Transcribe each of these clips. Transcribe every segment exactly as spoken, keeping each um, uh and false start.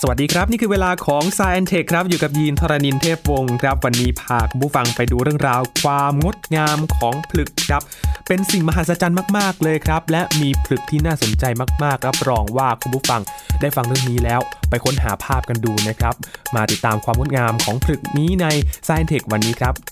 สวัสดีครับนี่คือเวลาของ Science Tech ครับอยู่กับยีนทรณินเทพวงศ์ครับวันนี้พาคุณผู้ฟังไปดูเรื่องราวความงดงามของผลึกครับเป็นสิ่งมหัศจรรย์มากๆเลยครับและมีผลึกที่น่าสนใจมากๆรับรองว่าคุณผู้ฟังได้ฟังเรื่องนี้แล้วไปค้นหาภาพกันดูนะครับมาติดตามความงดงามของผลึกนี้ใน Science Tech วันนี้ครับ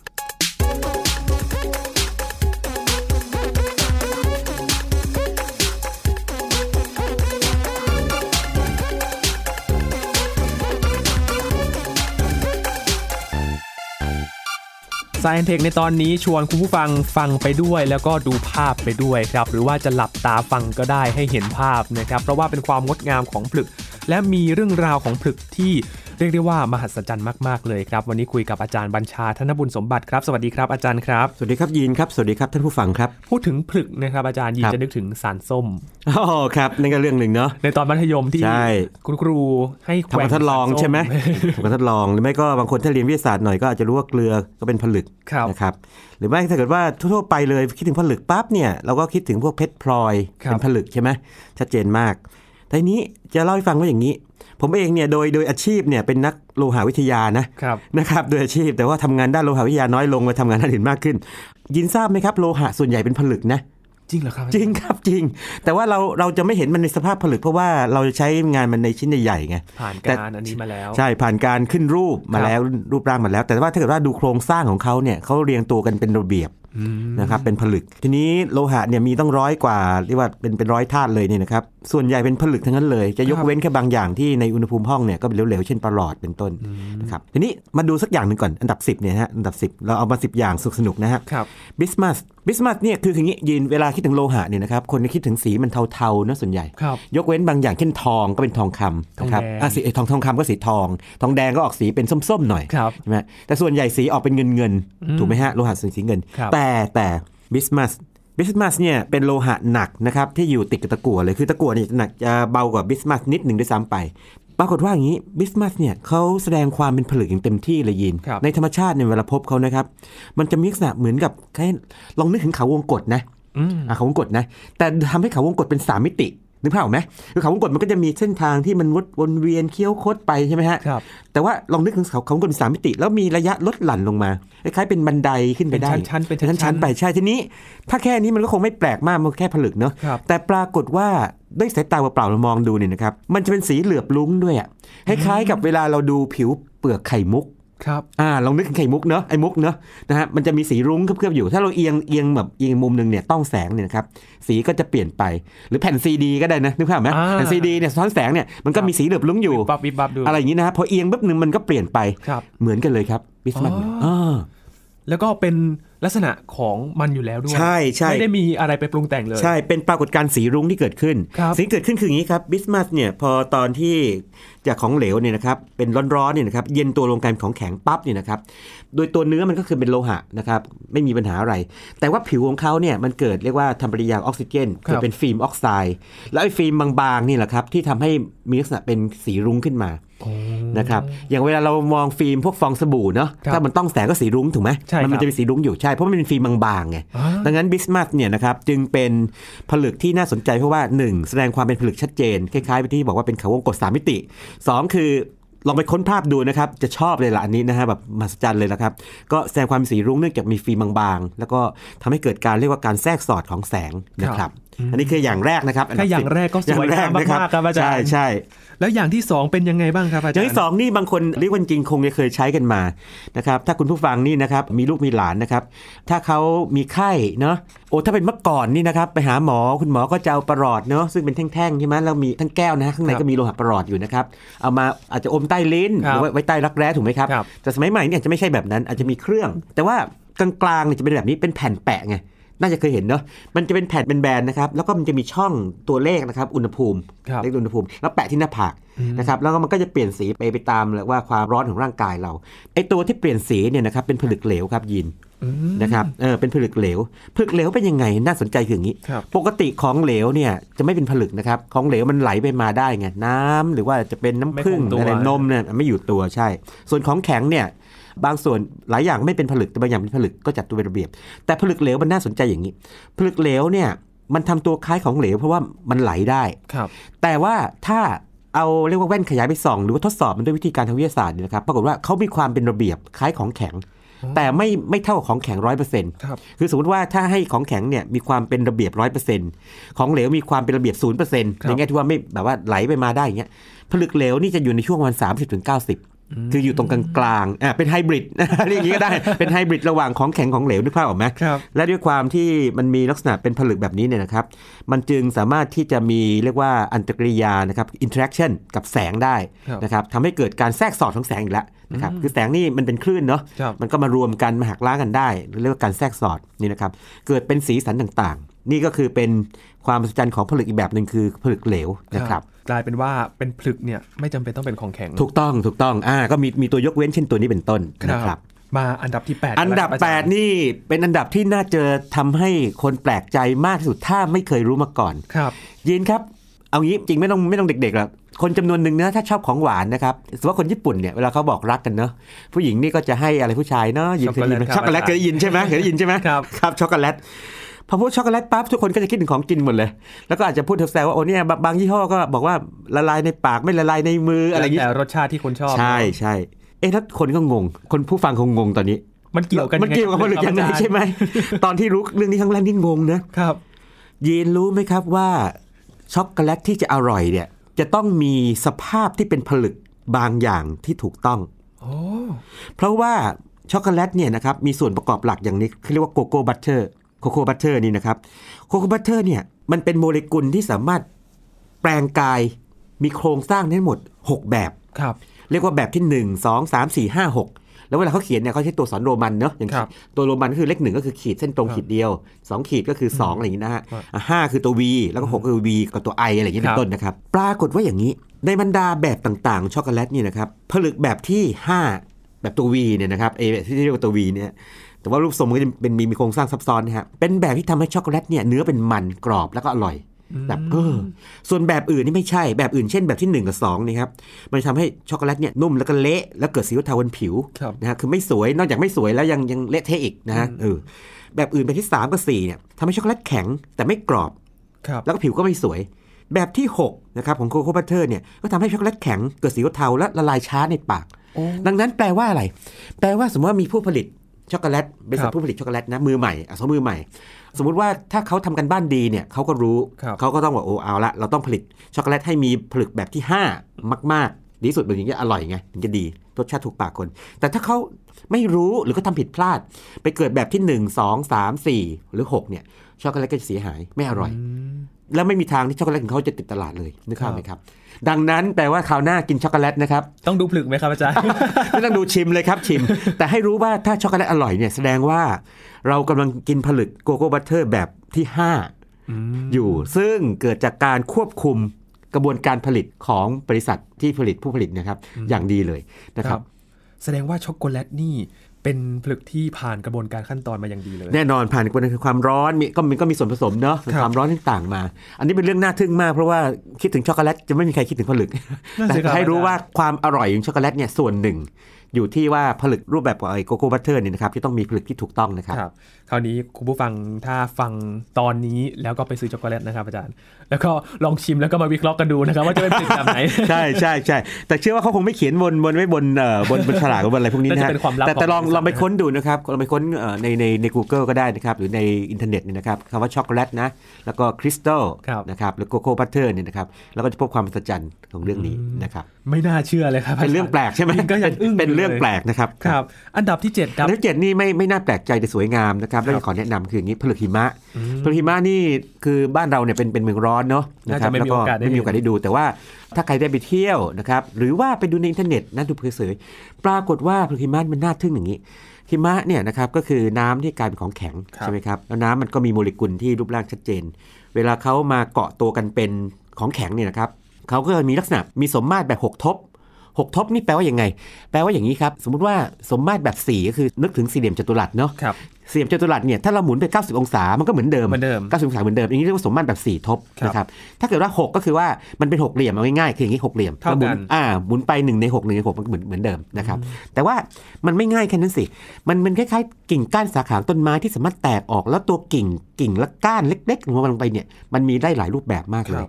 Science Tech ในตอนนี้ชวนคุณผู้ฟังฟังไปด้วยแล้วก็ดูภาพไปด้วยครับหรือว่าจะหลับตาฟังก็ได้ให้เห็นภาพนะครับเพราะว่าเป็นความงดงามของผลึกและมีเรื่องราวของผลึกที่เรียกได้ว่ามหัศจรรย์มากๆเลยครับวันนี้คุยกับอาจารย์บัญชาธนบุญสมบัติครับสวัสดีครับอาจารย์ครับสวัสดีครับยีนครับสวัสดีครับท่านผู้ฟังครับพูดถึงผลึกนะครับอาจารย์ยีนจะนึกถึงสารส้มอ๋อครับนั่นก็เรื่องนึงเนาะในตอนมัธยมที่คุณครูให้ทำการทดลองใช่ไหมทำการทดลองหรือไม่ก็บางคนถ้าเรียนวิทยาศาสตร์หน่อยก็อาจจะรู้ว่าเกลือก็เป็นผลึกนะครับหรือไม่ถ้าเกิดว่าทั่วๆไปเลยคิดถึงผลึกปั๊บเนี่ยเราก็คิดถึงพวกเพชรพลอยเป็นผลึกใช่ไหมชัดเจนมากแต่นี้จะเล่าให้ฟังว่าอย่างนี้ผมเองเนี่ยโดยโดยอาชีพเนี่ยเป็นนักโลหะวิทยานะนะครับโดยอาชีพแต่ว่าทำงานด้านโลหะวิทยาน้อยลงมาทำงานด้านอื่นมากขึ้นยินทราบไหมครับโลหะส่วนใหญ่เป็นผลึกนะจริงเหรอครับจริงครับจริงแต่ว่าเราเราจะไม่เห็นมันในสภาพผลึกเพราะว่าเราใช้งานมันในชิ้นใหญ่ๆไงผ่านการอันนี้มาแล้วใช่ผ่านการขึ้นรูปมาแล้วรูปร่างมาแล้วแต่ว่าถ้าเกิดว่าดูโครงสร้างของเขาเนี่ยเขาเรียงตัวกันเป็นระเบียบนะครับเป็นผลึกทีนี้โลหะเนี่ยมีต้องร้อยกว่าเรียกว่าเป็นเป็นร้อยธาตุเลยเนี่ยนะครับส่วนใหญ่เป็นผลึกทั้งนั้นเลยจะยกเว้นแค่บางอย่างที่ในอุณหภูมิห้องเนี่ยก็เป็นเหลวๆเช่นปลอดเป็นต้นนะครับทีนี้มาดูสักอย่างนึงก่อนอันดับสิบเนี่ยฮะอันดับสิบเราเอามาสิบอย่างสนุกๆนะฮะบิสมัสบิสมัสเนี่ยคืออย่างนี้ยินเวลาคิดถึงโลหะเนี่ยนะครับคนจะคิดถึงสีมันเทาๆนะส่วนใหญ่ยกเว้นบางอย่างเช่นทองก็เป็นทองคำนะครับอ่ะสีทองทองคำก็สีทองทองแดงก็ออกสีเป็นส้มๆหน่อยใช่ไหมแต่ส่วนใหญ่สีออกเป็นเงินๆถูกไหมฮะโลหะสีเงินแต่แต่บิสมัสบิสมัสเนี่ยเป็นโลหะหนักนะครับที่อยู่ติดกับตะกั่วเลยคือตะกั่วเนี่ยหนักจะเบากว่าบิสมัสนิดหนึ่งด้วยซ้ำไปปรากฏว่าอย่างนี้บิสมัสเนี่ยเขาแสดงความเป็นผลึกอย่างเต็มที่เลยยินในธรรมชาติเนี่ยเวลาพบเขานะครับมันจะมีลักษณะเหมือนกับแค่ลองนึกถึงเขาวงกตนะอ่าเขาวงกตนะแต่ทำให้เขาวงกตเป็นสามมิตินึกภาพออกไหมคือเขาวงกตมันก็จะมีเส้นทางที่มันวนเวียนเคี้ยวคดไปใช่ไหมฮะแต่ว่าลองนึกถึงเขาเขาวงกตเป็นสามมิติแล้วมีระยะลดหลั่นลงมาคล้ายๆเป็นบันไดขึ้นไปได้เป็นชั้นๆเป็นชั้นๆไปใช่ทีนี้ถ้าแค่นี้มันก็คงไม่แปลกมากมันแค่ผลึกเนาะแต่ปรากฏว่าด้วยสายตาเปล่าๆเรามองดูเนี่ยนะครับมันจะเป็นสีเหลือบลุ้งด้วยอ่ะคล้ายๆกับเวลาเราดูผิวเปลือกไข่มุกครับอ่าลองนึกถึงไข่มุกเนาะไอ้มุกเนาะนะฮะมันจะมีสีรุ้งเคลือบๆอยู่ถ้าเราเอียงเอียงแบบเอียงมุมนึงเนี่ยต้องแสงเนี่ยนะครับสีก็จะเปลี่ยนไปหรือแผ่นซีดีก็ได้นะนึกภาพไหมแผ่นซีดีเนี่ยสะท้อนแสงเนี่ยมันก็มีสีเหลือบลุ้งอยู่อะไรอย่างนี้นะฮะพอเอียงปุ๊บนึงมันก็เปลี่ยนไปเหมือนกันเลยครับบิสมัสอ่าแล้วก็เป็นลักษณะของมันอยู่แล้วด้วยใช่ใช่ไม่ได้มีอะไรไปปรุงแต่งเลยใช่เป็นปรากฏการณ์สีรุ้งที่เกิดขึ้นสีเกิดขึ้นคืออย่างนี้ครับบิสมัสเนี่ยพอตอนที่จากของเหลวเนี่ยนะครับเป็นร้อนๆเนี่ยนะครับเย็นตัวลงกลายเป็นของแข็งปั๊บเนี่ยนะครับโดยตัวเนื้อมันก็คือเป็นโลหะนะครับไม่มีปัญหาอะไรแต่ว่าผิวของเขาเนี่ยมันเกิดเรียกว่าทำปฏิกิริยาออกซิเจนเกิดเป็นฟิล์มออกไซด์แล้วไอ้ฟิล์มบางๆนี่แหละครับที่ทำให้มีลักษณะเป็นสีรุ้งขึ้นมานะครับอย่างเวลาเรามองฟิล์มพวกฟองสบู่เนาะถ้ามันต้องแสงก็สีรุ้งถูกไหมมันจะเป็นสีรุ้งอยู่ใช่เพราะมันเป็นฟิล์มบางๆไงดังนั้นบิสมัสเนี่ยนะครับจึงเป็นผลึกที่น่าสนใจเพราะว่าหนึ่งแสดงความเป็นผลึกชัดเจนคล้ายๆไปที่บอกว่าเป็นเขาวงกตสามมิติสองคือลองไปค้นภาพดูนะครับจะชอบเลยล่ะอันนี้นะฮะแบบมหัศจรรย์เลยละครับก็แสดงความเป็นสีรุ้งเนื่องจากมีฟิล์มบางๆแล้วก็ทำให้เกิดการเรียกว่าการแทรกสอดของแสงนะครับอันนี้คืออย่างแรกนะครับแค่อย่างแรกก็สวยงามมากๆครับอาจารย์ใช่ใช่แล้วอย่างที่สองเป็นยังไงบ้างครับอาจารย์อย่างที่สองนี่บางคนเรียกว่าจริงคงจะเคยใช้กันมานะครับถ้าคุณผู้ฟังนี่นะครับมีลูกมีหลานนะครับถ้าเขามีไข้เนาะโอ้ถ้าเป็นเมื่อก่อนนี่นะครับไปหาหมอคุณหมอก็จะเอาประหลอดเนาะซึ่งเป็นแท่งๆใช่ไหมแล้วมีทั้งแก้วนะข้างในก็มีโลหะประหลอดอยู่นะครับเอามาอาจจะอมใต้ลิ้นหรือไว้ใต้รักแร้ถูกไหมครับแต่สมัยใหม่เนี่ยจะไม่ใช่แบบนั้นอาจจะมีเครื่องแต่ว่ากลางๆเนี่ยจะเป็นแบบนี้เป็นแผ่นแปะไงน่าจะเคยเห็นเนาะมันจะเป็นแผ่นเป็นแบนนะครับแล้วก็มันจะมีช่องตัวเลขนะครับอุณหภูมิเลขอุณหภูมิแล้วแปะที่หน้าผากนะครับแล้วก็มันก็จะเปลี่ยนสีไปไปตามว่าความร้อนของร่างกายเราไอ้ตัวที่เปลี่ยนสีเนี่ยนะครับเป็นผลึกเหลวครับยินนะครับเออเป็นผลึกเหลวผลึกเหลวเป็นยังไงน่าสนใจคืออย่างนี้ปกติของเหลวเนี่ยจะไม่เป็นผลึกนะครับของเหลวมันไหลไปมาได้ไงน้ำหรือว่าจะเป็นน้ำผึ้งอะไรนมเนี่ยไม่อยู่ตัวใช่ส่วนของแข็งเนี่ยบางส่วนหลายอย่างไม่เป็นผลึกแต่บางอย่างเป็นผลึกก็จัดตัวเป็นระเบียบแต่ผลึกเหลวมันน่าสนใจอย่างนี้ผลึกเหลวเนี่ยมันทำตัวคล้ายของเหลวเพราะว่ามันไหลได้แต่ว่าถ้าเอาเรียกว่าแว่นขยายไปส่องหรือว่าทดสอบมันด้วยวิธีการทางวิทยาศาสตร์นี่นะครับปรากฏว่าเขามีความเป็นระเบียบคล้ายของแข็งแต่ไม่ไม่เท่าของแข็ง ร้อยเปอร์เซ็นต์ คือสมมติว่าถ้าให้ของแข็งเนี่ยมีความเป็นระเบียบ ร้อยเปอร์เซ็นต์ ของเหลวมีความเป็นระเบียบ ศูนย์เปอร์เซ็นต์ ในแง่ที่ว่าไม่แบบว่าไหลไปมาได้อย่างเงี้ยผลึกเหลวนี่จะอยู่ในช่วงวัน สามสิบถึงเก้าสิบ คืออยู่ตรงกลางๆอ่ะเป็นไฮบริด เรียกอย่างนี้ก็ได้เป็นไฮบริดระหว่างของแข็งของเหลวนึกภาพออกไหมและด้วยความที่มันมีลักษณะเป็นผลึกแบบนี้เนี่ยนะครับมันจึงสามารถที่จะมีเรียกว่าอันตรกิริยานะครับอินเทอร์แอคชั่นกับแสงได้นะครับทำให้เกิดการแทรกสอดของแสงอีกแล้วนะครับคือแสงนี่มันเป็นคลื่นเนาะมันก็มารวมกันมาหักล้างกันได้เรียกว่าการแทรกสอดนี่นะครับเกิดเป็นสีสันต่างๆนี่ก็คือเป็นความมหัศจรรย์ของผลึกอีกแบบนึงคือผลึกเหลวนะครับกลายเป็นว่าเป็นผลึกเนี่ยไม่จำเป็นต้องเป็นของแข็งถูกต้องถูกต้องอ่าก็มีมีตัวยกเว้นเช่นตัวนี้เป็นต้นนะครับมาอันดับที่แปดอันดับแปดนี่เป็นอันดับที่น่าจะทำให้คนแปลกใจมากที่สุดถ้าไม่เคยรู้มาก่อนครับยินครับเอางี้จริงไม่ต้องไม่ต้องเด็กๆหรอกคนจำนวนหนึ่งนะถ้าชอบของหวานนะครับสมมติว่าคนญี่ปุ่นเนี่ยเวลาเขาบอกรักกันเนาะผู้หญิงนี่ก็จะให้อะไรผู้ชายเนาะยินเคยยินช็อกโกแลตเคยยินใช่ไหมเคยยินใช่ไหมครับครับช็อกโกแลตพอพูดช็อกโกแลตปั๊บทุกคนก็จะคิดถึงของกินหมดเลยแล้วก็อาจจะพูดแซวว่าโอ้เนี่ยบางยี่ห้อก็บอกว่าละลายในปากไม่ละลายในมืออะไรอย่างนี้แต่รสชาติที่คนชอบใช่ใช่เอ๊ะถ้าคนก็งงคนผู้ฟังคงงงตอนนี้มันเกี่ยวกันมันเกี่ยวกับผลึกยังไงใช่ไหมตอนที่รู้เรื่องนี้ครั้งแรกนี่งงนะครับยีนรู้ไหมครับว่าช็อกโกแลตที่จะอร่อยเนี่ยจะต้องมีสภาพที่เป็นผลึกบางอย่างที่ถูกต้องโอ้เพราะว่าช็อกโกแลตเนี่ยนะครับมีส่วนประกอบหลักอย่างนี้เขาเรียกว่าโกโก้บัตเตอร์โคโค่บัตเตอร์นี่นะครับโคโค่บัตเตอร์เนี่ยมันเป็นโมเลกุลที่สามารถแปลงกายมีโครงสร้างทั้งหมดหกแบบครับเรียกว่าแบบที่หนึ่ง สอง สาม สี่ ห้า หกแล้วเวลาเขาเขียนเนี่ยเขาใช้ตัวสอนโรมันเนาะอย่างตัวโรมันก็คือเลขหนึ่งก็คือขีดเส้นตรงขีดเดียวสองขีดก็คือสองอะไรอย่างนี้นะฮะห้าคือตัว V แล้วก็หกคือ V กับตัว I อะไรอย่างนี้เป็นต้นนะครับปรากฏว่าอย่างนี้ในบรรดาแบบต่างๆช็อกโกแลตนี่นะครับผลึกแบบที่ห้าแบบตัว V เนี่ยนะครับเอที่เรียกว่าตัว V เนี่ยแต่ว่ารูปทรงมันจะเป็นมีมีโครงสร้างซับซ้อนนะฮะเป็นแบบที่ทำให้ช็อกโกแลตเนี่ยเนื้อเป็นมันกรอบแล้วก็อร่อยแบบเออส่วนแบบอื่นนี่ไม่ใช่แบบอื่นเช่นแบบที่หนึ่งกับสองนี่ครับมันทำให้ช็อกโกแลตเนี่ยนุ่มแล้วก็เละแล้วเกิดสีเทาบนผิวนะฮะคือไม่สวยนอกจากไม่สวยแล้วยังยังเละเทะอีกนะฮะเออแบบอื่นแบบที่สามกับสี่เนี่ยทำให้ช็อกโกแลตแข็งแต่ไม่กรอบแล้วก็ผิวก็ไม่สวยแบบที่หกนะครับของโคโค่บัตเตอร์เนี่ยก็ทำให้ช็อกโกแลตแข็งเกิดสีเทาและละลายช้าในปากดังนั้นแปลว่าอะไรแปลว่าสมมติว่ามีผู้ผลิตช็อกโกแลตบริษัทผู้ผลิตช็อกโกแลตนะมือใหม่อ่ะเขามือใหม่สมมุติว่าถ้าเขาทำกันบ้านดีเนี่ยเขาก็รู้เขาก็ต้องบอกโอ้เอาละเราต้องผลิตช็อกโกแลตให้มีผลึกแบบที่ห้ามากๆดีสุดแบบนี้จะอร่อยไงถึงจะดีรสชาติถูกปากคนแต่ถ้าเขาไม่รู้หรือก็ทำผิดพลาดไปเกิดแบบที่หนึ่ง สอง สาม สี่หรือหกเนี่ยช็อกโกแลตก็จะเสียหายไม่อร่อยแล้วไม่มีทางที่ช็อกโกแลตของเขาจะติดตลาดเลยนึกภาพไหมครับดังนั้นแปลว่าคราวหน้ากินช็อกโกแลตนะครับต้องดูผลึกไหมครับอาจารย์ไม่ต้องดูชิมเลยครับชิมแต่ให้รู้ว่าถ้าช็อกโกแลตอร่อยเนี่ยแสดงว่าเรากำลังกินผลึกโกโก้บัตเตอร์แบบที่ห้าอยู่ซึ่งเกิดจากการควบคุมกระบวนการผลิตของบริษัทที่ผลิตผู้ผลิตนะครับอย่างดีเลยนะครับแสดงว่าช็อกโกแลตนี่เป็นผลึกที่ผ่านกระบวนการขั้นตอนมาอย่างดีเลยแน่นอนผ่านกระบวนการความร้อนมีก็มีก็มีส่วนผสมเนาะความร้อนต่างๆมาอันนี้เป็นเรื่องน่าทึ่งมากเพราะว่าคิดถึงช็อกโกแลตจะไม่มีใครคิดถึงผลึกแต่ให้รู้ว่าความอร่อยของช็อกโกแลตเนี่ยส่วนหนึ่งอยู่ที่ว่าผลึกรูปแบบไอ้โกโก้บัตเตอร์นี่นะครับที่ต้องมีผลึกที่ถูกต้องนะครับคราวนี้คุณผู้ฟังถ้าฟังตอนนี้แล้วก็ไปซื้อช็อกโกแลตนะครับอาจารย์แล้วก็ลองชิมแล้วก็มาวิเคราะห์กันดูนะครับว่าจะเป็นผลึกแบบไหนใช่ใช่ใช่แต่เชื่อว่าเขาคงไม่เขียนบนบนไม่บนเอ่อบนบนฉลากบนอะไรพวกนี้นะแต่แต่ลองลองไปค้นดูนะครับลองไปค้นในในใน Google ก็ได้นะครับหรือในอินเทอร์เน็ตนี่นะครับคำว่าช็อกโกแลตนะแล้วก็คริสตัลนะครับหรือโกโก้บัตเตอร์นี่นะครับแล้วก็จะพบความมหัศจรรย์ของเรื่องนี้นะครับไม่น่าเชื่อเลยครับเป็นเรื่องแปลกใช่ไหมก็ยังอึ้งเป็นเรื่องแปลกนะครับครับอันดับที่เจ็ดครับอันดับที่เจ็ดนี่ไม่ไม่น่าแปลกใจแต่สวยงามนะครับแล้วขอแนะนำคืออย่างนี้ผลึกหิมะผลึกหิมะนี่คือบ้านเราเนี่ยเป็นเป็นเมืองร้อนเนาะนะครับแล้วก็ไม่มีโอกาสได้ดูแต่ว่าถ้าใครได้ไปเที่ยวนะครับหรือว่าไปดูในอินเทอร์เน็ตนั่นดูเผยๆปรากฏว่าผลึกหิมะมันน่าทึ่งอย่างนี้หิมะเนี่ยนะครับก็คือน้ำที่กลายเป็นของแข็งใช่ไหมครับแล้วน้ำมันก็มีโมเลกุลที่รูปร่างชัดเจนเวลาเขามาเกาะตัวกันเป็นของแข็งเนี่ยนะครับเขาก็มีลักษณะมีสมมาตรแบบหกทบหกทบนี่แปลว่ายังไงแปลว่าอย่างนี้ครับสมมุติว่าสมมาตรแบบสี่ก็คือนึกถึงสี่เหลี่ยมจัตุรัสเนาะสี่เหลี่ยมจัตุรัสเนี่ยถ้าเราหมุนไปเก้าสิบองศามันก็เหมือนเดิมเก้าสิบองศาเหมือนเดิมอย่างนี้เรียกว่าสมมาตรแบบสี่ทบนะครับถ้าเกิดว่าหกก็คือว่ามันเป็นหกเหลี่ยมเอาง่ายๆคืออย่างนี้หกเหลี่ยมเราหมุนอ่าหมุนไปหนึ่งในหก หนึ่งในหกมันเหมือนเหมือนเดิมนะครับแต่ว่ามันไม่ง่ายแค่นั้นสิมันมันคล้ายๆกิ่งก้านสาขาต้นไม้ที่สามารถแตกออกแล้วตัวกิ่งกิ่งและก้านเล็กๆลงมาลงไปเนี่ยมันมีได้หลายรูปแบบมากเลย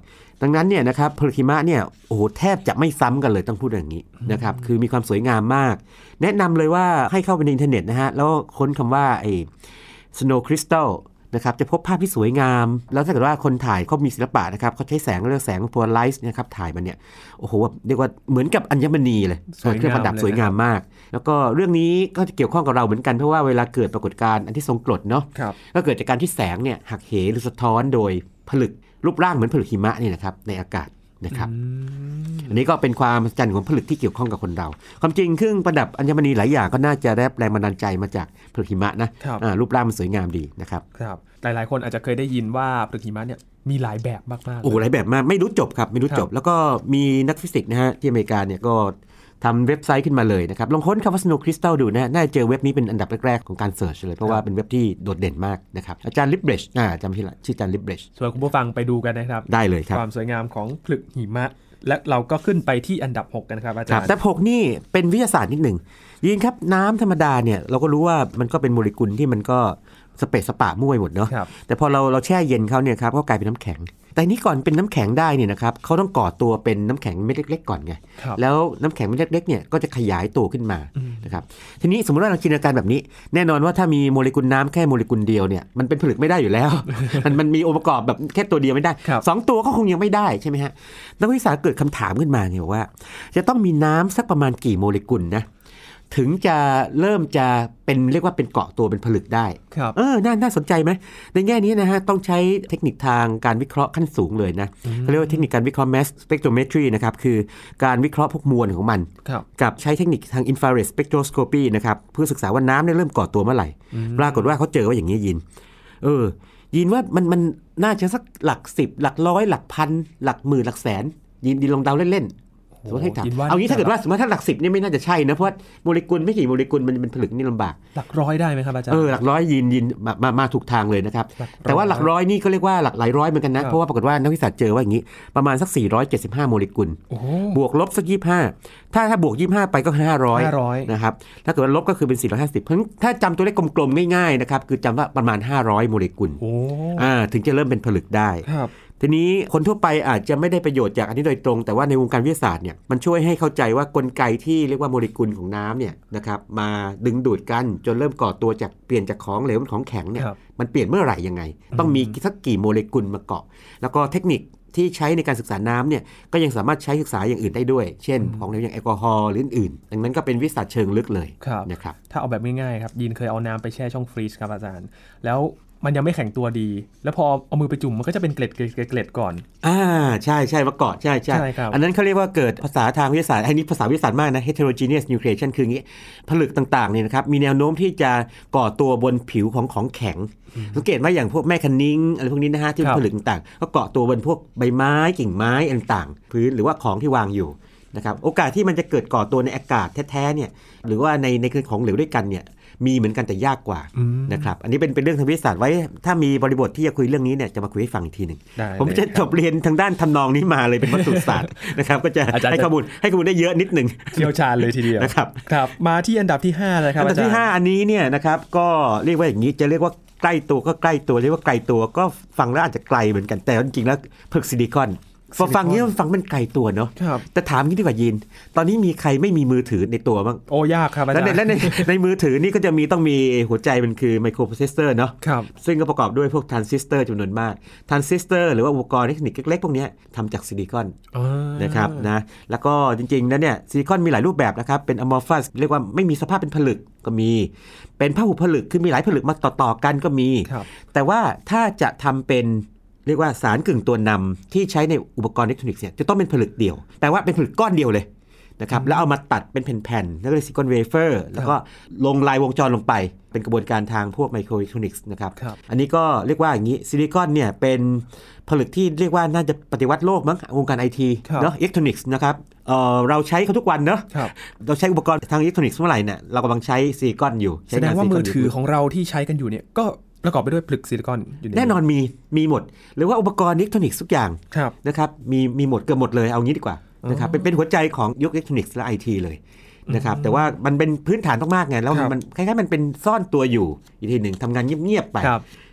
ดังนั้นเนี่ยนะครับผลึกหิมะเนี่ยโอ้โหแทบจะไม่ซ้ำกันเลยต้องพูดอย่างนี้นะครับคือมีความสวยงามมากแนะนำเลยว่าให้เข้าไปในอินเทอร์เน็ตนะฮะแล้วค้นคำว่าไอ้ snow crystal นะครับจะพบภาพที่สวยงามแล้วถ้าเกิดว่าคนถ่ายเขามีศิลปะนะครับเขาใช้แสงเรียกแสงโพลาไรซ์นะครับถ่ายมันเนี่ยโอ้โหเรียกว่าเหมือนกับอัญมณีเลยเครื่องประดับสวยงามมากแล้วก็เรื่องนี้ก็จะเกี่ยวข้องกับเราเหมือนกันเพราะว่าเวลาเกิดปรากฏการณ์อันที่ทรงกรดเนาะก็เกิดจากการที่แสงเนี่ยหักเหหรือสะท้อนโดยผลึกรูปร่างเหมือนผลึกหิมะนี่นะครับในอากาศนะครับอันนี้ก็เป็นความมหัศจรรย์ของผลึกที่เกี่ยวข้องกับคนเราความจริงเครื่องประดับอัญมณีหลายอย่างก็น่าจะได้แรงบันดาลใจมาจากผลึกหิมะนะรูปร่างมันสวยงามดีนะครับครับหลายๆคนอาจจะเคยได้ยินว่าผลึกหิมะเนี่ยมีหลายแบบมากๆโอ้หลายแบบมากไม่รู้จบครับไม่รู้จบแล้วก็มีนักฟิสิกส์นะฮะที่อเมริกาเนี่ยก็ทำเว็บไซต์ขึ้นมาเลยนะครับลองค้นคำว่า Snow Crystal ดูนะน่าจะเจอเว็บนี้เป็นอันดับแรกๆของการเสิร์ชเลยเพราะว่าเป็นเว็บที่โดดเด่นมากนะครับอาจารย์ลิบเบรชอ่าจำชื่อละชื่ออาจารย์ลิบเบรชส่วนคุณผู้ฟังไปดูกันนะครับได้เลยครับความสวยงามของผลึกหิมะและเราก็ขึ้นไปที่อันดับหกกันครับอาจารย์แต่หกนี่เป็นวิทยาศาสตร์นิดหนึ่งยินครับน้ำธรรมดาเนี่ยเราก็รู้ว่ามันก็เป็นโมเลกุลที่มันก็สเปซสปะมั่วหมดเนาะแต่พอเราเราแช่เย็นเขาเนี่ยครับก็กลายเป็นน้ำแข็งแต่นี้ก่อนเป็นน้ำแข็งได้เนี่ยนะครับเขาต้องก่อตัวเป็นน้ำแข็งเม็ดเล็กๆก่อนไงแล้วน้ำแข็งเม็ดเล็กๆเนี่ยก็จะขยายตัวขึ้นมานะครับทีนี้สมมติว่าเราจินตนาการแบบนี้แน่นอนว่าถ้ามีโมเลกุลน้ำแค่โมเลกุลเดียวเนี่ยมันเป็นผลึกไม่ได้อยู่แล้ว มันมันมีองค์ประกอบแบบแค่ตัวเดียวไม่ได้สองตัวก็คงยังไม่ได้ใช่ไหมฮะนักวิทยาศาสตร์เกิดคำถามขึ้นมาเนี่ยว่าจะต้องมีน้ำสักประมาณกี่โมเลกุลนะถึงจะเริ่มจะเป็นเรียกว่าเป็นเกาะตัวเป็นผลึกได้เออน่าน่าสนใจไหมในแง่นี้นะฮะต้องใช้เทคนิคทางการวิเคราะห์ขั้นสูงเลยนะเขาเรียกว่าเทคนิคการวิเคราะห์ mass spectrometry นะครับคือการวิเคราะห์พวกมวลของมันกับใช้เทคนิคทาง infrared spectroscopy นะครับเพื่อศึกษาว่าน้ำเนี่ยเริ่มเกาะตัวเมื่อไหร่ปรากฏว่าเขาเจอว่าอย่างนี้ยินเออยินว่ามันมันน่าจะสักหลักสิบหลักร้อยหลักพันหลักหมื่นหลักแสนยินดีลองเดาเล่นสมมติให้ถามเอางี้ถ้าเกิดว่าสมมติถ้าหลักสิบนี่ไม่น่าจะใช่นะเพราะว่าโมเลกุลไม่กี่โมเลกุลมันเป็นผลึกนี่ลำบากหลักร้อยได้ไหมครับอาจารย์เออหลักร้อยยินยินมามามาถูกทางเลยนะครับแต่ว่าหลักร้อยนี่ก็เรียกว่าหลักหลายร้อยเหมือนกันนะเพราะว่าปรากฏว่านักวิทยาศาสตร์เจอว่าอย่างนี้ประมาณสักสี่ร้อยเจ็ดสิบห้าโมเลกุลบวกลบสักยี่สิบห้าถ้าถ้าบวกยี่สิบห้าไปก็ห้าร้อยนะครับถ้าเกิดว่าลบก็คือเป็นสี่ร้อยห้าสิบเพราะถ้าจำตัวเลขกลมๆง่ายๆนะครับคือจำว่าประมาณห้าร้อยโมเลกุลอ่าถึงจะเริ่มเป็นผลึกได้ทีนี้คนทั่วไปอาจจะไม่ได้ประโยชน์จากอันนี้โดยตรงแต่ว่าในวงการวิทยาศาสตร์เนี่ยมันช่วยให้เข้าใจว่ากลไกที่เรียกว่าโมเลกุลของน้ำเนี่ยนะครับมาดึงดูดกันจนเริ่มก่อตัวจากเปลี่ยนจากของเหลวเป็นของแข็งเนี่ยมันเปลี่ยนเมื่อไหร่ยังไงต้องมีสักกี่โมเลกุลมาเกาะแล้วก็เทคนิคที่ใช้ในการศึกษาน้ำเนี่ยก็ยังสามารถใช้ศึกษาอย่างอื่นได้ด้วยเช่นของเหลวอย่างแอลกอฮอล์หรืออื่นๆดังนั้นก็เป็นวิทยาศาสตร์เชิงลึกเลยนะครับถ้าเอาแบบง่ายๆครับยินเคยเอาน้ำไปแช่ช่องฟรีซครับอาจารย์แล้วมันยังไม่แข็งตัวดีแล้วพอเอามือไปจุ่มมันก็จะเป็นเกล็ดเกล็ดเกล็ดก่อนอ่าใช่ใช่มาเกาะใช่ใช่อันนั้นเขาเรียกว่าเกิดภาษาทางวิทยาศาสตร์อันนี้ภาษาวิทยาศาสตร์มากนะ heterogeneous nucleation คืออย่างนี้ผลึกต่างๆเนี่ยนะครับมีแนวโน้มที่จะก่อตัวบนผิวของของแข็งสังเกตว่าอย่างพวกแม่คันนิ้งอะไรพวกนี้นะฮะที่ผลึกต่างๆก็เกาะตัวบนพวกใบไม้กิ่งไม้ต่างๆพื้นหรือว่าของที่วางอยู่นะครับโอกาสที่มันจะเกิดก่อตัวในอากาศแท้ๆเนี่ยหรือว่าในในของเหลวด้วยกันเนี่ยมีเหมือนกันแต่ยากกว่านะครับอันนี้เป็นเป็นเรื่องทางวิทยาศาสตร์ไว้ถ้ามีบริบทที่จะคุยเรื่องนี้เนี่ยจะมาคุยให้ฟังอีกทีหนึ่งผมจะจบเรียนทางด้านทำนองนี้มาเลยเป็นวัตถุศาสตร์นะครับก็จะให้ข้อมูลให้ข้อมูลได้เยอะนิดนึงเชี่ยวชาญเลยทีเดียวนะครับครับมาที่อันดับที่ห้าเลยครับอันดับที่ห้าอันนี้เนี่ยนะครับก็เรียกว่าอย่างนี้จะเรียกว่าใกล้ตัวก็ใกล้ตัวเรียกว่าไกลตัวก็ฟังแล้วอาจจะไกลเหมือนกันแต่จริงๆแล้วผลึกซิลิคอนพอฟังนี้มันฟังเป็นไกลตัวเนาะแต่ถามงี้ดีกว่ายินตอนนี้มีใครไม่มีมือถือในตัวบ้างโอ้ยากครับอาจารย์และในในมือถือนี่ก็จะมีต้องมีหัวใจมันคือไมโครโปรเซสเซอร์เนาะซึ่งก็ประกอบด้วยพวกทรานซิสเตอร์จำนวนมากทรานซิสเตอร์หรือว่าอุปกรณ์อิเล็กทรอนิกส์เล็กๆพวกนี้ทำจากซิลิคอนนะครับนะแล้วก็จริงๆแล้วเนี่ยซิลิคอนมีหลายรูปแบบนะครับเป็นอะมอร์ฟัสเรียกว่าไม่มีสภาพเป็นผลึกก็มีเป็นพหุผลึกคือมีหลายผลึกมาต่อๆกันก็มีแต่ว่าถ้าจะทำเป็นเรียกว่าสารกึ่งตัวนำที่ใช้ในอุปกรณ์อิเล็กทรอนิกส์เนี่ยจะต้องเป็นผลึกเดียวแปลว่าเป็นผลึกก้อนเดียวเลยนะครับแล้วเอามาตัดเป็นแผ่นๆแล้วก็เรียกซิลิคอนเวเฟอร์แล้วก็ลงลายวงจรลงไปเป็นกระบวนการทางพวกไมโครอิเล็กทรอนิกส์นะครับอันนี้ก็เรียกว่าอย่างนี้ซิลิคอนเนี่ยเป็นผลึกที่เรียกว่าน่าจะปฏิวัติโลกมั้งวงการไอทีเนาะอิเล็กทรอนิกส์นะครับเอ่อเราใช้เขาทุกวันเนาะเราใช้อุปกรณ์ทางอิเล็กทรอนิกส์เมื่อไหร่เนี่ยเรากำลังใช้ซิลิคอนอยู่แสดงว่ามือถือของเราที่ใช้กันอยู่เนี่ยก็ประกอบไปด้วยผลึกซิลิคอนอยู่แน่นอนมีมีหมดหรือว่าอุปกรณ์อิเล็กทรอนิกส์ทุกอย่างนะครับมีมีหมดเกือบหมดเลยเอางี้ดีกว่านะครับเป็นเป็นหัวใจของยุคอิเล็กทรอนิกส์และ ไอ ที เลยนะครับแต่ว่ามันเป็นพื้นฐานมากๆไงแล้วมันคล้ายๆมันเป็นซ่อนตัวอยู่อีกทีหนึ่งทำงานเงียบๆไป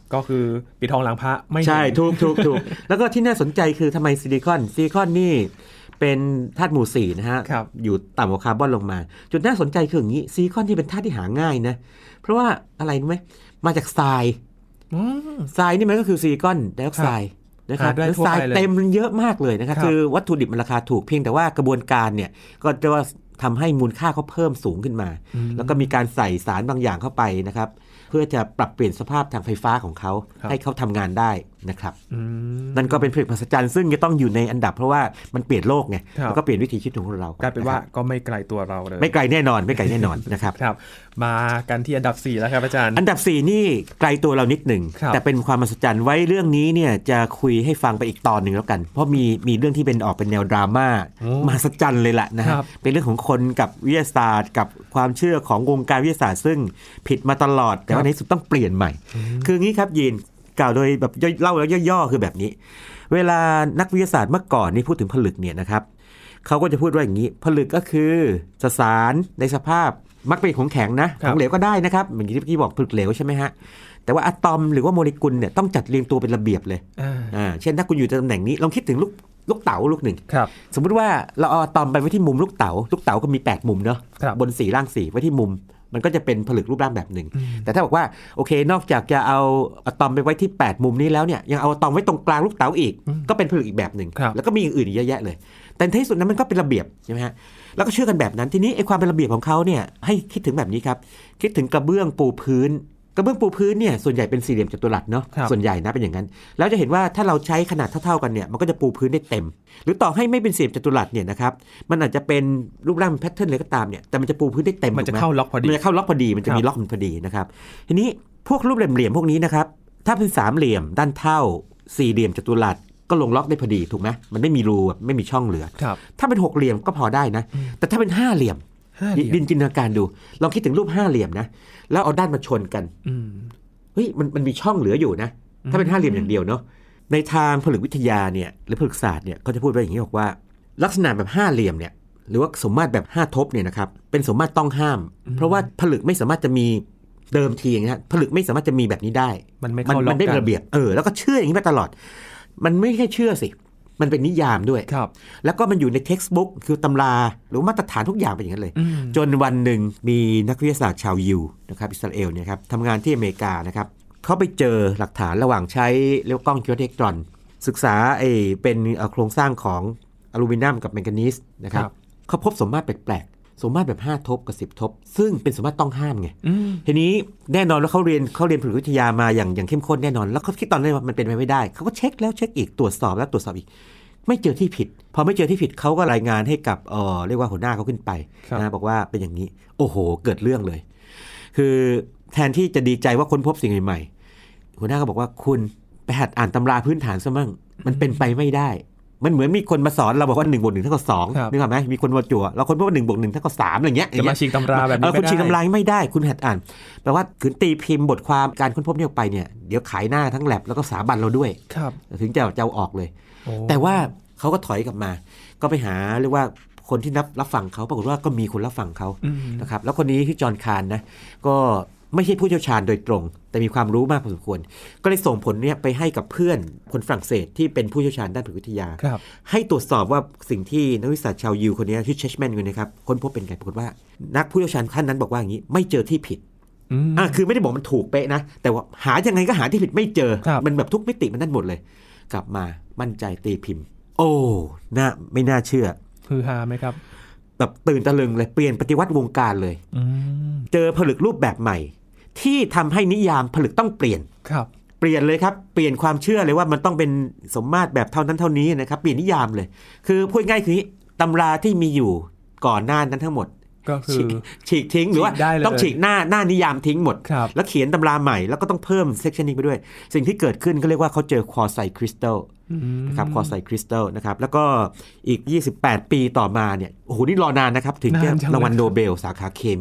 ก็คือปิดทองหลังพระไม่ใช่ถูกถูกถูกแล้วก็ที่น่าสนใจคือทำไมซิลิคอนซิลิคอนนี่เป็นธาตุหมู่สี่นะฮะอยู่ต่ำกว่าคาร์บอนลงมาจุดน่าสนใจคืออย่างนี้ซิลิคอนที่เป็นธาตุที่หาง่ายนะเพราะว่าอะไรรู้ไหมมาจากทรายทรายนี่มันก็คือซิลิคอนไดออกไซด์นะครับแล้วทรายเต็มเยอะมากเลยนะครับคือวัตถุดิบมันราคาถูกเพียงแต่ว่ากระบวนการเนี่ยก็จะว่าทำให้มูลค่าเขาเพิ่มสูงขึ้นมาแล้วก็มีการใส่สารบางอย่างเข้าไปนะครับเพื่อจะปรับเปลี่ยนสภาพทางไฟฟ้าของเขาให้เขาทำงานได้นะครับนั่นก็เป็นผลิตภัณฑ์มหัศจรรย์ซึ่งจะต้องอยู่ในอันดับเพราะว่ามันเปลี่ยนโลกไงแล้วก็เปลี่ยนวิถีชีวิตของเรากลายเป็นว่าก็ไม่ไกลตัวเราเลยไม่ไกลแน่นอนไม่ไกลแน่นอนนะครับครับมากันที่อันดับสี่แล้วครับอาจารย์อันดับสี่นี่ไกลตัวเรานิดหนึ่งแต่เป็นความมหัศจรรย์ไว้เรื่องนี้เนี่ยจะคุยให้ฟังไปอีกตอนหนึ่งแล้วกันเพราะมีมีเรื่องที่เป็นออกเป็นแนวดราม่ามหัศจรรย์เลยล่ะนะฮะเป็นเรื่องของคนกับวิทยาศาสตร์กับความเชื่อของวงการวิทยาศาสตร์ซึ่งผิดมาตลอดแต่ว่าในสุดต้องเปลี่ยนใหม่คืองี้ครับยีนกล่าวโดยแบบเล่าแล้วย่อๆคือแบบนี้เวลานักวิทยาศาสตร์เมื่อก่อนนี่พูดถึงผลึกเนี่ยนะครับเขาก็จะพูดว่าอย่างนี้ผลึกก็คือสสารในสภาพมักเป็นของแข็งนะของเหลวก็ได้นะครับเหมือนที่พี่บอกผลึกเหลวใช่ไหมฮะแต่ว่าอะตอมหรือว่าโมเลกุลเนี่ยต้องจัดเรียงตัวเป็นระเบียบเลยอ่าเช่นถ้าคุณอยู่ในตำแหน่งนี้ลองคิดถึงลูกลูกเต๋าลูกหนึ่งสมมุติว่าเราเอาอะตอมไปไว้ที่มุมลูกเต๋าลูกเต๋าก็มีแปดมุมเนาะบนสี่ล่างสี่ไว้ที่มุมมันก็จะเป็นผลึกรูปร่างแบบหนึ่งแต่ถ้าบอกว่าโอเคนอกจากจะเอาอะตอมไปไว้ที่แปดมุมนี้แล้วเนี่ยยังเอาอะตอมไว้ตรงกลางลูกเต๋าอีกก็เป็นผลึกอีกแบบหนึ่งแล้วก็มีอย่างอื่นอีกเยอะแยะเลยแต่ในที่สุดนั้นมันก็เป็นระเบียบใช่ไหมฮะแล้วก็เชื่อกันแบบนั้นทีนี้ไอ้ความเป็นระเบียบของเขาเนี่ยให้คิดถึงแบบนี้ครับคิดถึงกระเบื้องปูพื้นกระเบื้องปูพื้นเนี่ยส่วนใหญ่เป็นสี่เหลี่ยมจัตุรัสเนาะส่วนใหญ่นะเป็นอย่างนั้นแล้วจะเห็นว่าถ้าเราใช้ขนาดเท่าๆกันเนี่ยมันก็จะปูพื้นได้เต็มหรือต่อให้ไม่เป็นสี่เหลี่ยมจัตุรัสเนี่ยนะครับมันอาจจะเป็นรูปร่างแพทเทิร์นอะไรก็ตามเนี่ยแต่มันจะปูพื้นได้เต็มมันจะเข้าล็อกพอดีมันจะเข้าล็อกพอดีมันจะมีล็อกมันพอดีนะครับทีนี้พวกรูปเหลี่ยมๆพวกนี้นะครับถ้าเป็นสามเหลี่ยมด้านเท่าสี่เหลี่ยมจัตุรัสก็ลงล็อกได้พอดีถูกไหมมันไม่มีรูไม่มีช่องเหลือถ้าเป็นหกเหลี่ยมก็พอได้นะแต่ถ้าเป็นห้าเหลี่ยมดินจินตนาการดูลองคิดถึงรูปห้าเหลี่ยมนะแล้วเอาด้านมาชนกันเฮ้ยมันมันมีช่องเหลืออยู่นะถ้าเป็นห้าเหลี่ยมอย่างเดียวเนาะในทางผลึกวิทยาเนี่ยหรือผลึกศาสตร์เนี่ยเขาจะพูดไว้อย่างนี้บอกว่าลักษณะแบบห้าเหลี่ยมเนี่ยหรือว่าสมมาตรแบบห้าทบเนี่ยนะครับเป็นสมมาตรต้องห้ามเพราะว่าผลึกไม่สามารถจะมีเดิมทีนะฮะผลึกไม่สามารถจะมีแบบนี้ได้มันไม่เข้าล็อกกันมันได้ระเบียบเออแล้วก็เชื่ออย่างนี้มาตลอดมันไม่แค่เชื่อสิมันเป็นนิยามด้วยแล้วก็มันอยู่ในเท็กซ์บุ๊กคือตำราหรือมาตรฐานทุกอย่างเป็นอย่างนั้นเลยจนวันหนึ่งมีนักวิทยาศาสตร์ชาวยิวนะครับอิสราเอลเนี่ยครับทำงานที่อเมริกานะครับเขาไปเจอหลักฐานระหว่างใช้เรียกกล้องคิวเทคตรอนศึกษาไอ้เป็นโครงสร้างของอลูมิเนียมกับแมงกานีสนะครับเขาพบสมมาตรแปลกๆสมมาตรแบบห้าทบกับสิบทบซึ่งเป็นสมมาตรต้องห้ามไงทีนี้แน่นอนว่าเขาเรียนเขาเรียนผลึกวิทยามาอย่างอย่างเข้มข้นแน่นอนแล้วเขาคิดตอนนั้นว่ามันเป็นไปไม่ได้เขาก็เช็คแล้วเช็คอีกตรวจสอบแล้วตรวจสอบอีกไม่เจอที่ผิดพอไม่เจอที่ผิดเขาก็รายงานให้กับเอ่อเรียกว่าหัวหน้าเขาขึ้นไปนะบอกว่าเป็นอย่างนี้โอ้โหเกิดเรื่องเลยคือแทนที่จะดีใจว่าค้นพบสิ่งใหม่ๆหัวหน้าก็บอกว่าคุณไปหัดอ่านตำราพื้นฐานซะมั่งมันเป็นไปไม่ได้มันเหมือนมีคนมาสอนเราบอกว่าหนึ่งบวกหนึ่งเท่ากับสองนึกออกไหมมีคนมาจั่วเราคนพบว่าหนึ่งบวกหนึ่งเท่ากับสามอะไรเงี้ยจะมาฉีกตำราแบบนี้ไม่ได้คุณฉีกตำราไม่ได้คุณหัดอ่านแปลว่าขืนตีพิมพ์บทความการค้นพบนี้ออกไปเนี่ยเดี๋ยวขายหน้าทั้งแลบแล้วก็สถาบันเราด้วยถึงจะจะเอาออกเลยแต่ว่าเขาก็ถอยกลับมาก็ไปหาเรียกว่าคนที่รับรับฟังเขาปรากฏว่าก็มีคนรับฟังเขานะครับแล้วคนนี้ที่จอห์นคาร์นนะก็ไม่ใช่ผู้เชี่ยวชาญโดยตรงแต่มีความรู้มากพอสมควรก็เลยส่งผลเนี่ยไปให้กับเพื่อนคนฝรั่งเศสที่เป็นผู้เชี่ยวชาญด้านผลึกวิทยาให้ตรวจสอบว่าสิ่งที่นักวิทยาศาสตร์ชาวยิวคนนี้ชื่อเชชแมนคนนี้ครับค้นพบเป็นไงปรากฏว่านักผู้เชี่ยวชาญท่านนั้นบอกว่าอย่างนี้ไม่เจอที่ผิดอ่าคือไม่ได้บอกมันถูกเป๊ะนะแต่ว่าหายังไงก็หาที่ผิดไม่เจอมันแบบทุกมิติมันนั่นหมดเลยกลับมามั่นใจตีพิมพ์โอ้น่าไม่น่าเชื่อฮือฮาไหมครับแบบตื่นตะลึงเลยเปลี่ยนปฏิวัติวงการเลยเจอผลึกรูปแบบใหม่ที่ทำให้นิยามผลึกต้องเปลี่ยนครับเปลี่ยนเลยครับเปลี่ยนความเชื่อเลยว่ามันต้องเป็นสมมาตรแบบเท่านั้นเท่านี้นะครับเปลี่ยนนิยามเลยคือพูดง่ายคือตำราที่มีอยู่ก่อนหน้านั้นทั้งหมดก็คือฉีกทิ้งหรือว่าต้องฉีกหน้าหน้านิยามทิ้งหมดแล้วเขียนตำราใหม่แล้วก็ต้องเพิ่มเซกชันนี้ไปด้วยสิ่งที่เกิดขึ้นก็เรียกว่าเขาเจอควอไซต์คริสตัลนะครับควอไซต์คริสตัลนะครับแล้วก็อีกยี่สิบแปดปีต่อมาเนี่ยโอ้โหนี่รอนานนะครับถึงจะรางวัลโนเบลสาขาเคมี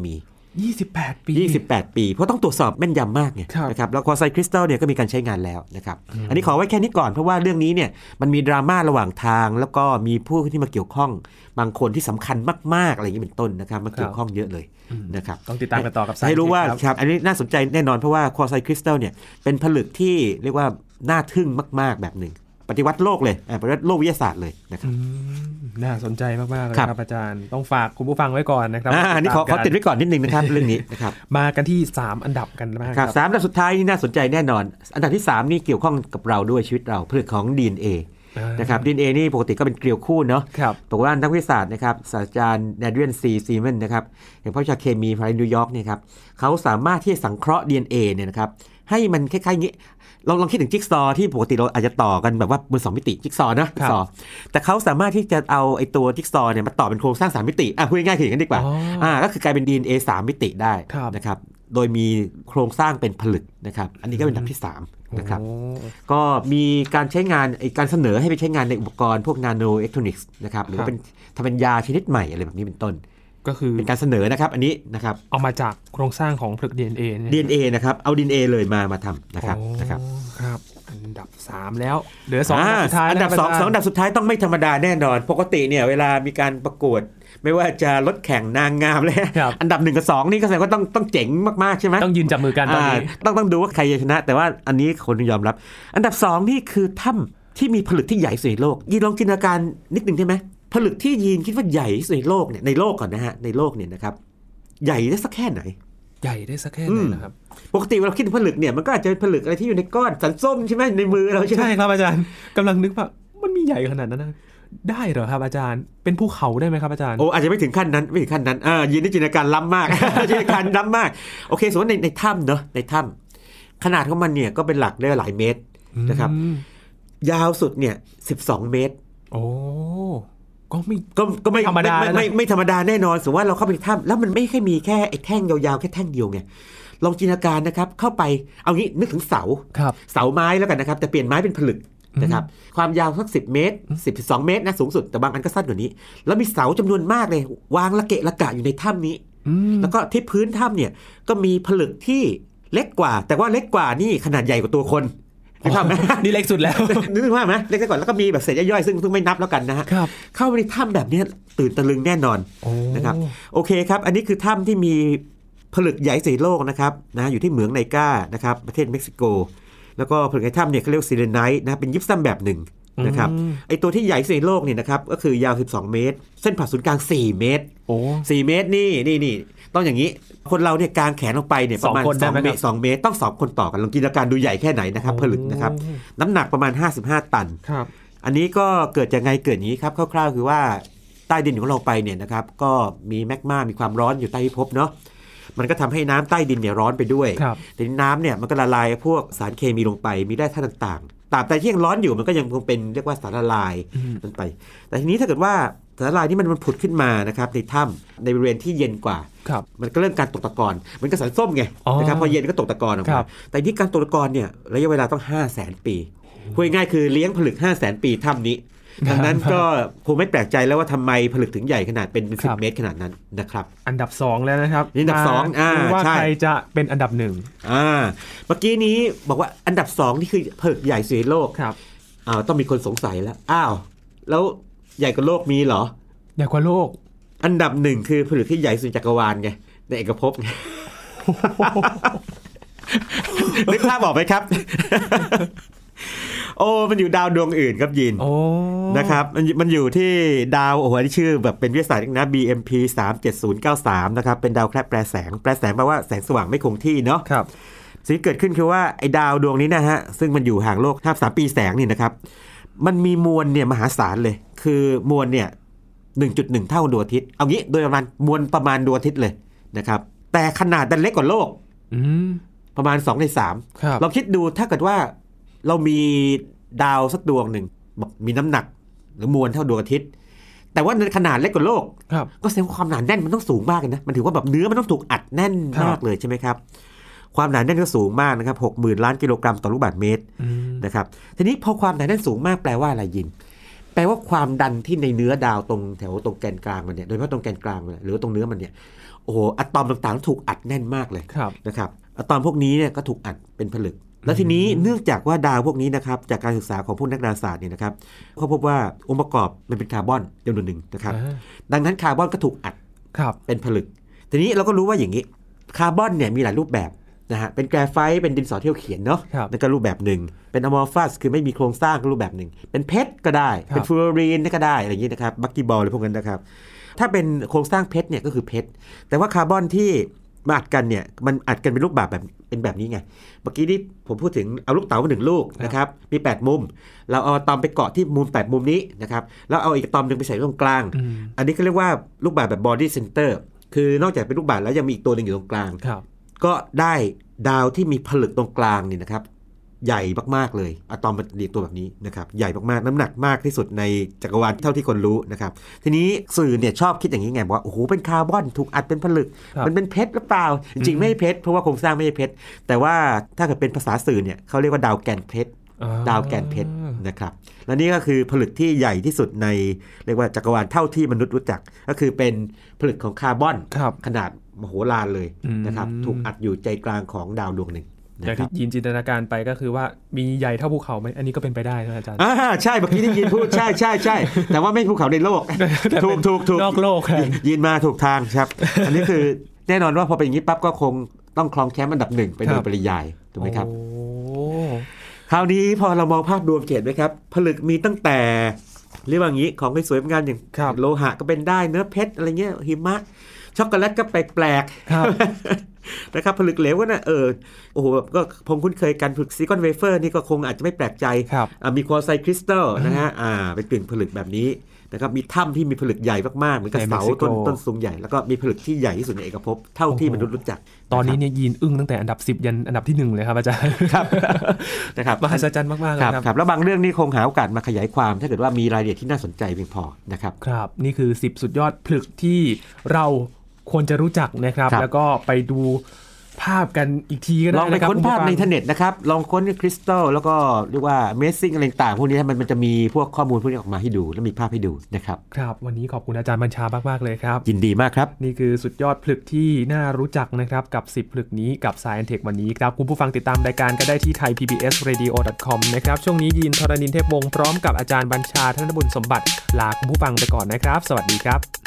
ยี่สิบแปดปียี่สิบแปดปีเพราะต้องตรวจสอบแม่นยำมากไงนะครับแล้วควอไซต์คริสตัลเนี่ยก็มีการใช้งานแล้วนะครับอันนี้ขอไว้แค่นี้ก่อนเพราะว่าเรื่องนี้เนี่ยมันมีดราม่าระหว่างทางแล้วก็มีผู้ที่มาเกี่ยวข้องบางคนที่สำคัญมากๆอะไรอย่างนี้เป็นต้นนะครับมาเกี่ยวข้องเยอะเลยนะครับต้องติดตามกันต่อกับให้รู้ว่าครับอันนี้น่าสนใจแน่นอนเพราะว่าควอไซต์คริสตัลเนี่ยเป็นผลึกที่เรียกว่าน่าทึ่งมากๆแบบหนึ่งปฏิวัติโลกเลยปฏิวัติโลกวิทยาศาสตร์เลยนะครับน่าสนใจมากๆเลยครับอาจารย์ต้องฝากคุณผู้ฟังไว้ก่อนนะครับอ่านี่ขอขอติดไว้ก่อนนิดนึงนะครับเรื่องนี้นะครับมากันที่สามอันดับกันบ้างครับสามอันดับสุดท้ายนี่น่าสนใจแน่นอนอันดับที่สามนี่เกี่ยวข้องกับเราด้วยชีวิตเราผลึกของ ดี เอ็น เอ นะครับ ดี เอ็น เอ นี่ปกติก็เป็นเกลียวคู่เนาะปรากฏว่านักวิทยาศาสตร์นะครับศาสตราจารย์แอดเรียนซีซีแมนนะครับแห่งภาควิชาเคมีมหาวิทยาลัยนิวยอร์กเนี่ยครับเขาสามารถที่จะสังเคราะห์ ดี เอ็น เอ เนี่ยนะครับให้มันคล้ายๆงี้ลองลองคิดถึงจิ๊กซอที่ปกติเราอาจจะต่อกันแบบว่าบนสองมิติจิ๊กซอนะจิ๊กซอแต่เขาสามารถที่จะเอาไอ้ตัวจิ๊กซอเนี่ยมาต่อเป็นโครงสร้างสามมิติอ่ะพูดง่ายๆคืออย่างนั้นดีกว่าอ่าก็คือกลายเป็น ดี เอ็น เอ สามมิติได้นะครับโดยมีโครงสร้างเป็นผลึกนะครับอันนี้ก็เป็นอันดับที่สามนะครับก็มีการใช้งานไอ้การเสนอให้ไปใช้งานในอุปกรณ์พวกนาโนอิเล็กทรอนิกส์นะครับหรือว่าเป็นทำเป็นยาชนิดใหม่อะไรแบบนี้เป็นต้นก็คือเป็นการเสนอนะครับอันนี้นะครับเอามาจากโครงสร้างของผลึก ดี เอ็น เอดี เอ็น เอ นะครับเอา ดี เอ็น เอ เลยมามาทำนะครับนะครับครับอันดับสามแล้วเหลือสองอันดับสุดท้ายอันดับสองสองอันดับสุดท้ายต้องไม่ธรรมดาแน่นอนปกติเนี่ยเวลามีการประกวดไม่ว่าจะรถแข่งนางงามเลยอันดับหนึ่งกับสองนี่ก็แสดงว่าต้องต้องเจ๋งมากๆใช่ไหมต้องยืนจับมือกันตอนนี้ต้องต้องดูว่าใครจะชนะแต่ว่าอันนี้คนยอมรับอันดับสองนี่คือถ้ำที่มีผลึกที่ใหญ่สุดในโลกยีนลองจินตนาการนิดนึงได้ไหมผลึกที่ยีนคิดว่าใหญ่ที่สุดในโลกเนี่ยในโลกก่อนนะฮะในโลกเนี่ยนะครับใหญ่ได้สักแค่ไหนใหญ่ได้สักแค่ไหนนะครับปกติเวลาคิดถึงผลึกเนี่ยมันก็อาจจะเป็นผลึกอะไรที่อยู่ในก้อนสันส้มใช่ไหมในมือเราใช่ไหมใช่ครับอาจารย์กำลังนึกว่ามันมีใหญ่ขนาดนั้นนะได้เหรอครับอาจารย์เป็นภูเขาได้ไหมครับอาจารย์โอ้อาจจะไม่ถึงขั้นนั้นไม่ถึงขั้นนั้นอ่ายีนได้จินตนาการล้ำมากจินตนาการล้ำมากโอเคสมมติในในถ้ำเนอะในถ้ำขนาดของมันเนี่ยก็เป็นหลักได้หลายเมตรนะครับยาวสุดเนี่ยสิบสองเมตรโอ้ก็ไม่ก็ก็ไม่ธรรมดาไม่ไม่ไม่ธรรมดาแน่นอนสมมติว่าเราเข้าไปในถ้ำแล้วมันไม่แค่มีแค่ไอ้แท่งยาวๆแค่แท่งเดียวไงลองจินตนาการนะครับเข้าไปเอางี้นึกถึงเสาเสาไม้แล้วกันนะครับแต่เปลี่ยนไม้เป็นผลึกนะครับความยาวสักสิบเมตรสิบถึงสองเมตรนะสูงสุดแต่บางอันก็สั้นกว่านี้แล้วมีเสาจำนวนมากเลยวางระเกะระกะอยู่ในถ้ำนี้แล้วก็ที่พื้นถ้ำเนี่ยก็มีผลึกที่เล็กกว่าแต่ว่าเล็กกว่านี่ขนาดใหญ่กว่าตัวคนนะครับนี่เล็กสุดแล้วนึกว่าไหมเล็กก่อนแล้วก็มีแบบเศษย่อยๆซึ่งซึ่งไม่นับแล้วกันนะฮะเข้าไปในถ้ำแบบนี้ตื่นตะลึงแน่นอนนะครับโอเคครับอันนี้คือถ้ำที่มีผลึกใหญ่ในโลกนะครับนะอยู่ที่เหมืองไนก้านะครับประเทศเม็กซิโกแล้วก็ผลึกในถ้ำเนี่ยเขาเรียกซีเรไนท์นะเป็นยิปซัมแบบหนึ่งนะครับไอตัวที่ใหญ่ในโลกเนี่ยนะครับก็คือยาวสิบสองเมตรเส้นผ่าศูนย์กลางสี่เมตรโอ้สี่เมตรนี่นี่นี่ต้องอย่างนี้คนเราเนี่ยกางแขนออกไปเนี่ยประมาณสองเมตรสองเมตรต้องสองคนต่อกันลองจินตนาการดูใหญ่แค่ไหนนะครับผลึกนะครับน้ำหนักประมาณห้าสิบห้าตันครับอันนี้ก็เกิดจากไงเกิดอย่างนี้ครับคร่าวๆคือว่าใต้ดินของเราไปเนี่ยนะครับก็มีแมกมามีความร้อนอยู่ใต้พิภพเนาะมันก็ทำให้น้ำใต้ดินเนี่ยร้อนไปด้วยแต่น้ำเนี่ยมันก็ละลายพวกสารเคมีลงไปมีแร่ธาตุต่างๆตราบใดที่ยังร้อนอยู่มันก็ยังคงเป็นเรียกว่าสารละลายมันไปแต่ทีนี้ถ้าเกิดว่าสารละลายนี่มันมันผุดขึ้นมานะครับในถ้ำในบริเวณที่เย็นกว่ามันก็เริ่มการตกตะกอนมันก็สารส้มไงนะครับพอเย็นก็ตกตะกอนออกมาแต่ที่การตกตะกอนเนี่ยระยะเวลาต้องห้าแสนปีพูดง่ายๆคือเลี้ยงผลึกห้าแสนปีถ้ำนี้ดังนั้นก็คงไม่แปลกใจแล้วว่าทำไมผลึกถึงใหญ่ขนาดเป็นสิบเมตรขนาดนั้นนะครับอันดับสองแล้วนะครับอันดับสองอ่าว่าใครจะเป็นอันดับหนึ่งอ่าเมื่อกี้นี้บอกว่าอันดับสองนี่คือผลึกใหญ่สุดในโลกครับอ้าวต้องมีคนสงสัยแล้วอ้าวแล้วใหญ่กว่าโลกมีเหรอใหญ่กว่าโลกอันดับหนึ่งคือผลึกที่ใหญ่สุดจักรวาลไงในเอกภพไงนึกภาพบอกไหมครับโอ้มันอยู่ดาวดวงอื่นครับยินนะครับมันมันอยู่ที่ดาวโอ้โหที่ชื่อแบบเป็นวิทยาศาสตร์นะ บี เอ็ม พี สามเจ็ดศูนย์เก้าสามนะครับเป็นดาวแคระแปรแสงแปรแสงแปลว่าแสงสว่างไม่คงที่เนาะครับสิ่งที่เกิดขึ้นคือว่าไอ้ดาวดวงนี้นะฮะซึ่งมันอยู่ห่างโลกห้าสิบสามปีแสงนี่นะครับมันมีมวลเนี่ยมหาศาลเลยคือมวลเนี่ย หนึ่งจุดหนึ่ง เท่าดวงอาทิตย์เอางี้โดยประมาณมวลประมาณดวงอาทิตย์เลยนะครับแต่ขนาดดันเล็กกว่าโลกประมาณสองในสามเราคิดดูถ้าเกิดว่าเรามีดาวสักดวงหนึ่งมีน้ำหนักหรือมวลเท่าดวงอาทิตย์แต่ว่าในขนาดเล็กกว่าโลกก็แสดงว่าความหนาแน่นมันต้องสูงมากเลยนะมันถือว่าแบบเนื้อมันต้องถูกอัดแน่นมากเลยใช่ไหมครับความหนาแน่นก็สูงมากนะครับหกหมื่นล้านกิโลกรัมต่อลูกบาศก์เมตรนะครับทีนี้พอความหนาแน่นสูงมากแปลว่าอะไรยินแปลว่าความดันที่ในเนื้อดาวตรงแถวตรงแกนกลางมันเนี่ยโดยเฉพาะตรงแกนกลางมันหรือตรงเนื้อมันเนี่ยโอ้โหอะตอมต่างๆถูกอัดแน่นมากเลยนะครับอะตอมพวกนี้เนี่ยก็ถูกอัดเป็นผลึกแล้วทีนี้เนื่องจากว่าดาวพวกนี้นะครับจากการศึกษาของพวกนักดาราศาสตร์เนี่ยนะครับเขาพบว่าองค์ประกอบมันเป็นคาร์บอนจำนวนหนึ่งนะครับดังนั้นคาร์บอนก็ถูกอัดเป็นผลึกทีนี้เราก็รู้ว่าอย่างนี้คาร์บอนเนี่ยมีหลายรูปแบบนะฮะเป็นแกรไฟต์เป็นดินสอเที่ยวเขียนเนาะนั่นก็รูปแบบหนึ่งเป็นอะมอร์ฟัสคือไม่มีโครงสร้างก็รูปแบบหนึ่งเป็นเพชรก็ได้เป็นฟลูออรีนก็ได้อะไรอย่างนี้นะครับบักกี้บอลอะไรพวกนั้นนะครับถ้าเป็นโครงสร้างเพชรเนี่ยก็คือเพชรแต่ว่าคาร์บอนที่มาอัดกันเนี่ยมันอัดกันเป็นรูปแบบแบบเป็นแบบนี้ไงเมื่อกี้ที่ผมพูดถึงเอาลูกเต๋ามาหนึ่งลูกนะครับมีแปดมุมเราเอาอะตอมไปเกาะที่มุมแปดมุมนี้นะครับแล้วเอาอีกอะตอมนึงไปใส่ตรงกลางอันนี้เขาเรียกว่ารูปแบบแบบบอดี้เซนเตอร์คือนอกจากเป็นลูกบาศก์แล้วยังมีอีกตัวนึงอยู่ตรงกลางก็ได้ดาวที่มีผลึกตรงกลางนี่นะครับใหญ่มากๆเลยอะตอมมันดีตัวแบบนี้นะครับใหญ่มากๆน้ำหนักมากที่สุดในจักรวาลเท่าที่คนรู้นะครับทีนี้สื่อเนี่ยชอบคิดอย่างนี้ไงบอกว่าโอ้โหเป็นคาร์บอนถูกอัดเป็นผลึกมันเป็นเพชรหรือเปล่าจริงๆไม่ใช่เพชรเพราะว่าโครงสร้างไม่ใช่เพชรแต่ว่าถ้าเกิดเป็นภาษาสื่อเนี่ยเขาเรียกว่าดาวแกนเพชรดาวแกนเพชรนะครับและนี่ก็คือผลึกที่ใหญ่ที่สุดในเรียกว่าจักรวาลเท่าที่มนุษย์รู้จักก็คือเป็นผลึกของคาร์บอนขนาดมโหฬารเลยนะครับถูกอัดอยู่ใจกลางของดาวดวงหนึ่งอย่างที่ยินจินตนาการไปก็คือว่ามีใหญ่เท่าภูเขาไหมอันนี้ก็เป็นไปได้นะอาจารย์อ่าใช่เมื่อกี้ที่ยินพูดใช่ใช่ใช่แต่ว่าไม่ภูเขาในโลกถูกถูกถูกนอกโลกยินมาถูกทางครับอันนี้คือแน่นอนว่าพอเป็นอย่างนี้ปั๊บก็คงต้องครองแชมป์อันดับหนึ่งไปโดยปริยายถูกไหมครับคราวนี้พอเรามองภาพรวมเห็นไหมครับผลึกมีตั้งแต่เรียกว่าอย่างนี้ของสวยๆงานอย่างโลหะก็เป็นได้เนื้อเพชรอะไรเงี้ยหิมะช็อกโกแลตก็แปลกๆนะครับผลึกเหลวก็นะเออโอ้โหก็คงคุ้นเคยกันผลึกซิลิคอนเวเฟอร์นี่ก็คงอาจจะไม่แปลกใจมีควอไซต์คริสตัลนะฮะอ่าเป็นกึ่งผลึกแบบนี้นะครับมีถ้ำที่มีผลึกใหญ่มากๆเหมือนกับเสาต้นต้นสูงใหญ่แล้วก็มีผลึกที่ใหญ่ที่สุดในเอกภพเท่าที่มนุษย์รู้จักตอนนี้เนี่ยยีนอึ้งตั้งแต่อันดับสิบยันอันดับที่หนึ่งเลยครับอาจารย์ครับนะครับมหัศจรรย์มากๆเลยครับแล้วบางเรื่องนี่คงหาโอกาสมาขยายความถ้าเกิดว่ามีรายละเอียดที่น่าสนใจเพียงพอนะครับครับนี่คือสิบสุดยอดผลึกที่เราควรจะรู้จักนะครับแล้วก็ไปดูภาพกันอีกทีก็ได้ลองไปค้นภาพในอินเทอร์เน็ตนะครับลองค้นคริสตัลแล้วก็เรียกว่าเมสซิ่งอะไรต่างๆพวกนี้มันมันจะมีพวกข้อมูลพวกนี้ออกมาให้ดูแล้วมีภาพให้ดูนะครับครับวันนี้ขอบคุณอาจารย์บัญชามากๆเลยครับยินดีมากครับนี่คือสุดยอดผลึกที่น่ารู้จักนะครับกับสิบผลึกนี้กับ Science Tech วันนี้ครับคุณผู้ฟังติดตามรายการก็ได้ที่ ไทยพีบีเอสเรดิโอ ดอท คอม นะครับช่วงนี้ยินทรณินเทพวงศ์พร้อมกับอาจารย์บัญชาธนบุญสมบัติลาคุณผู้ฟังไปก่อนนะครับสวัสดีครับ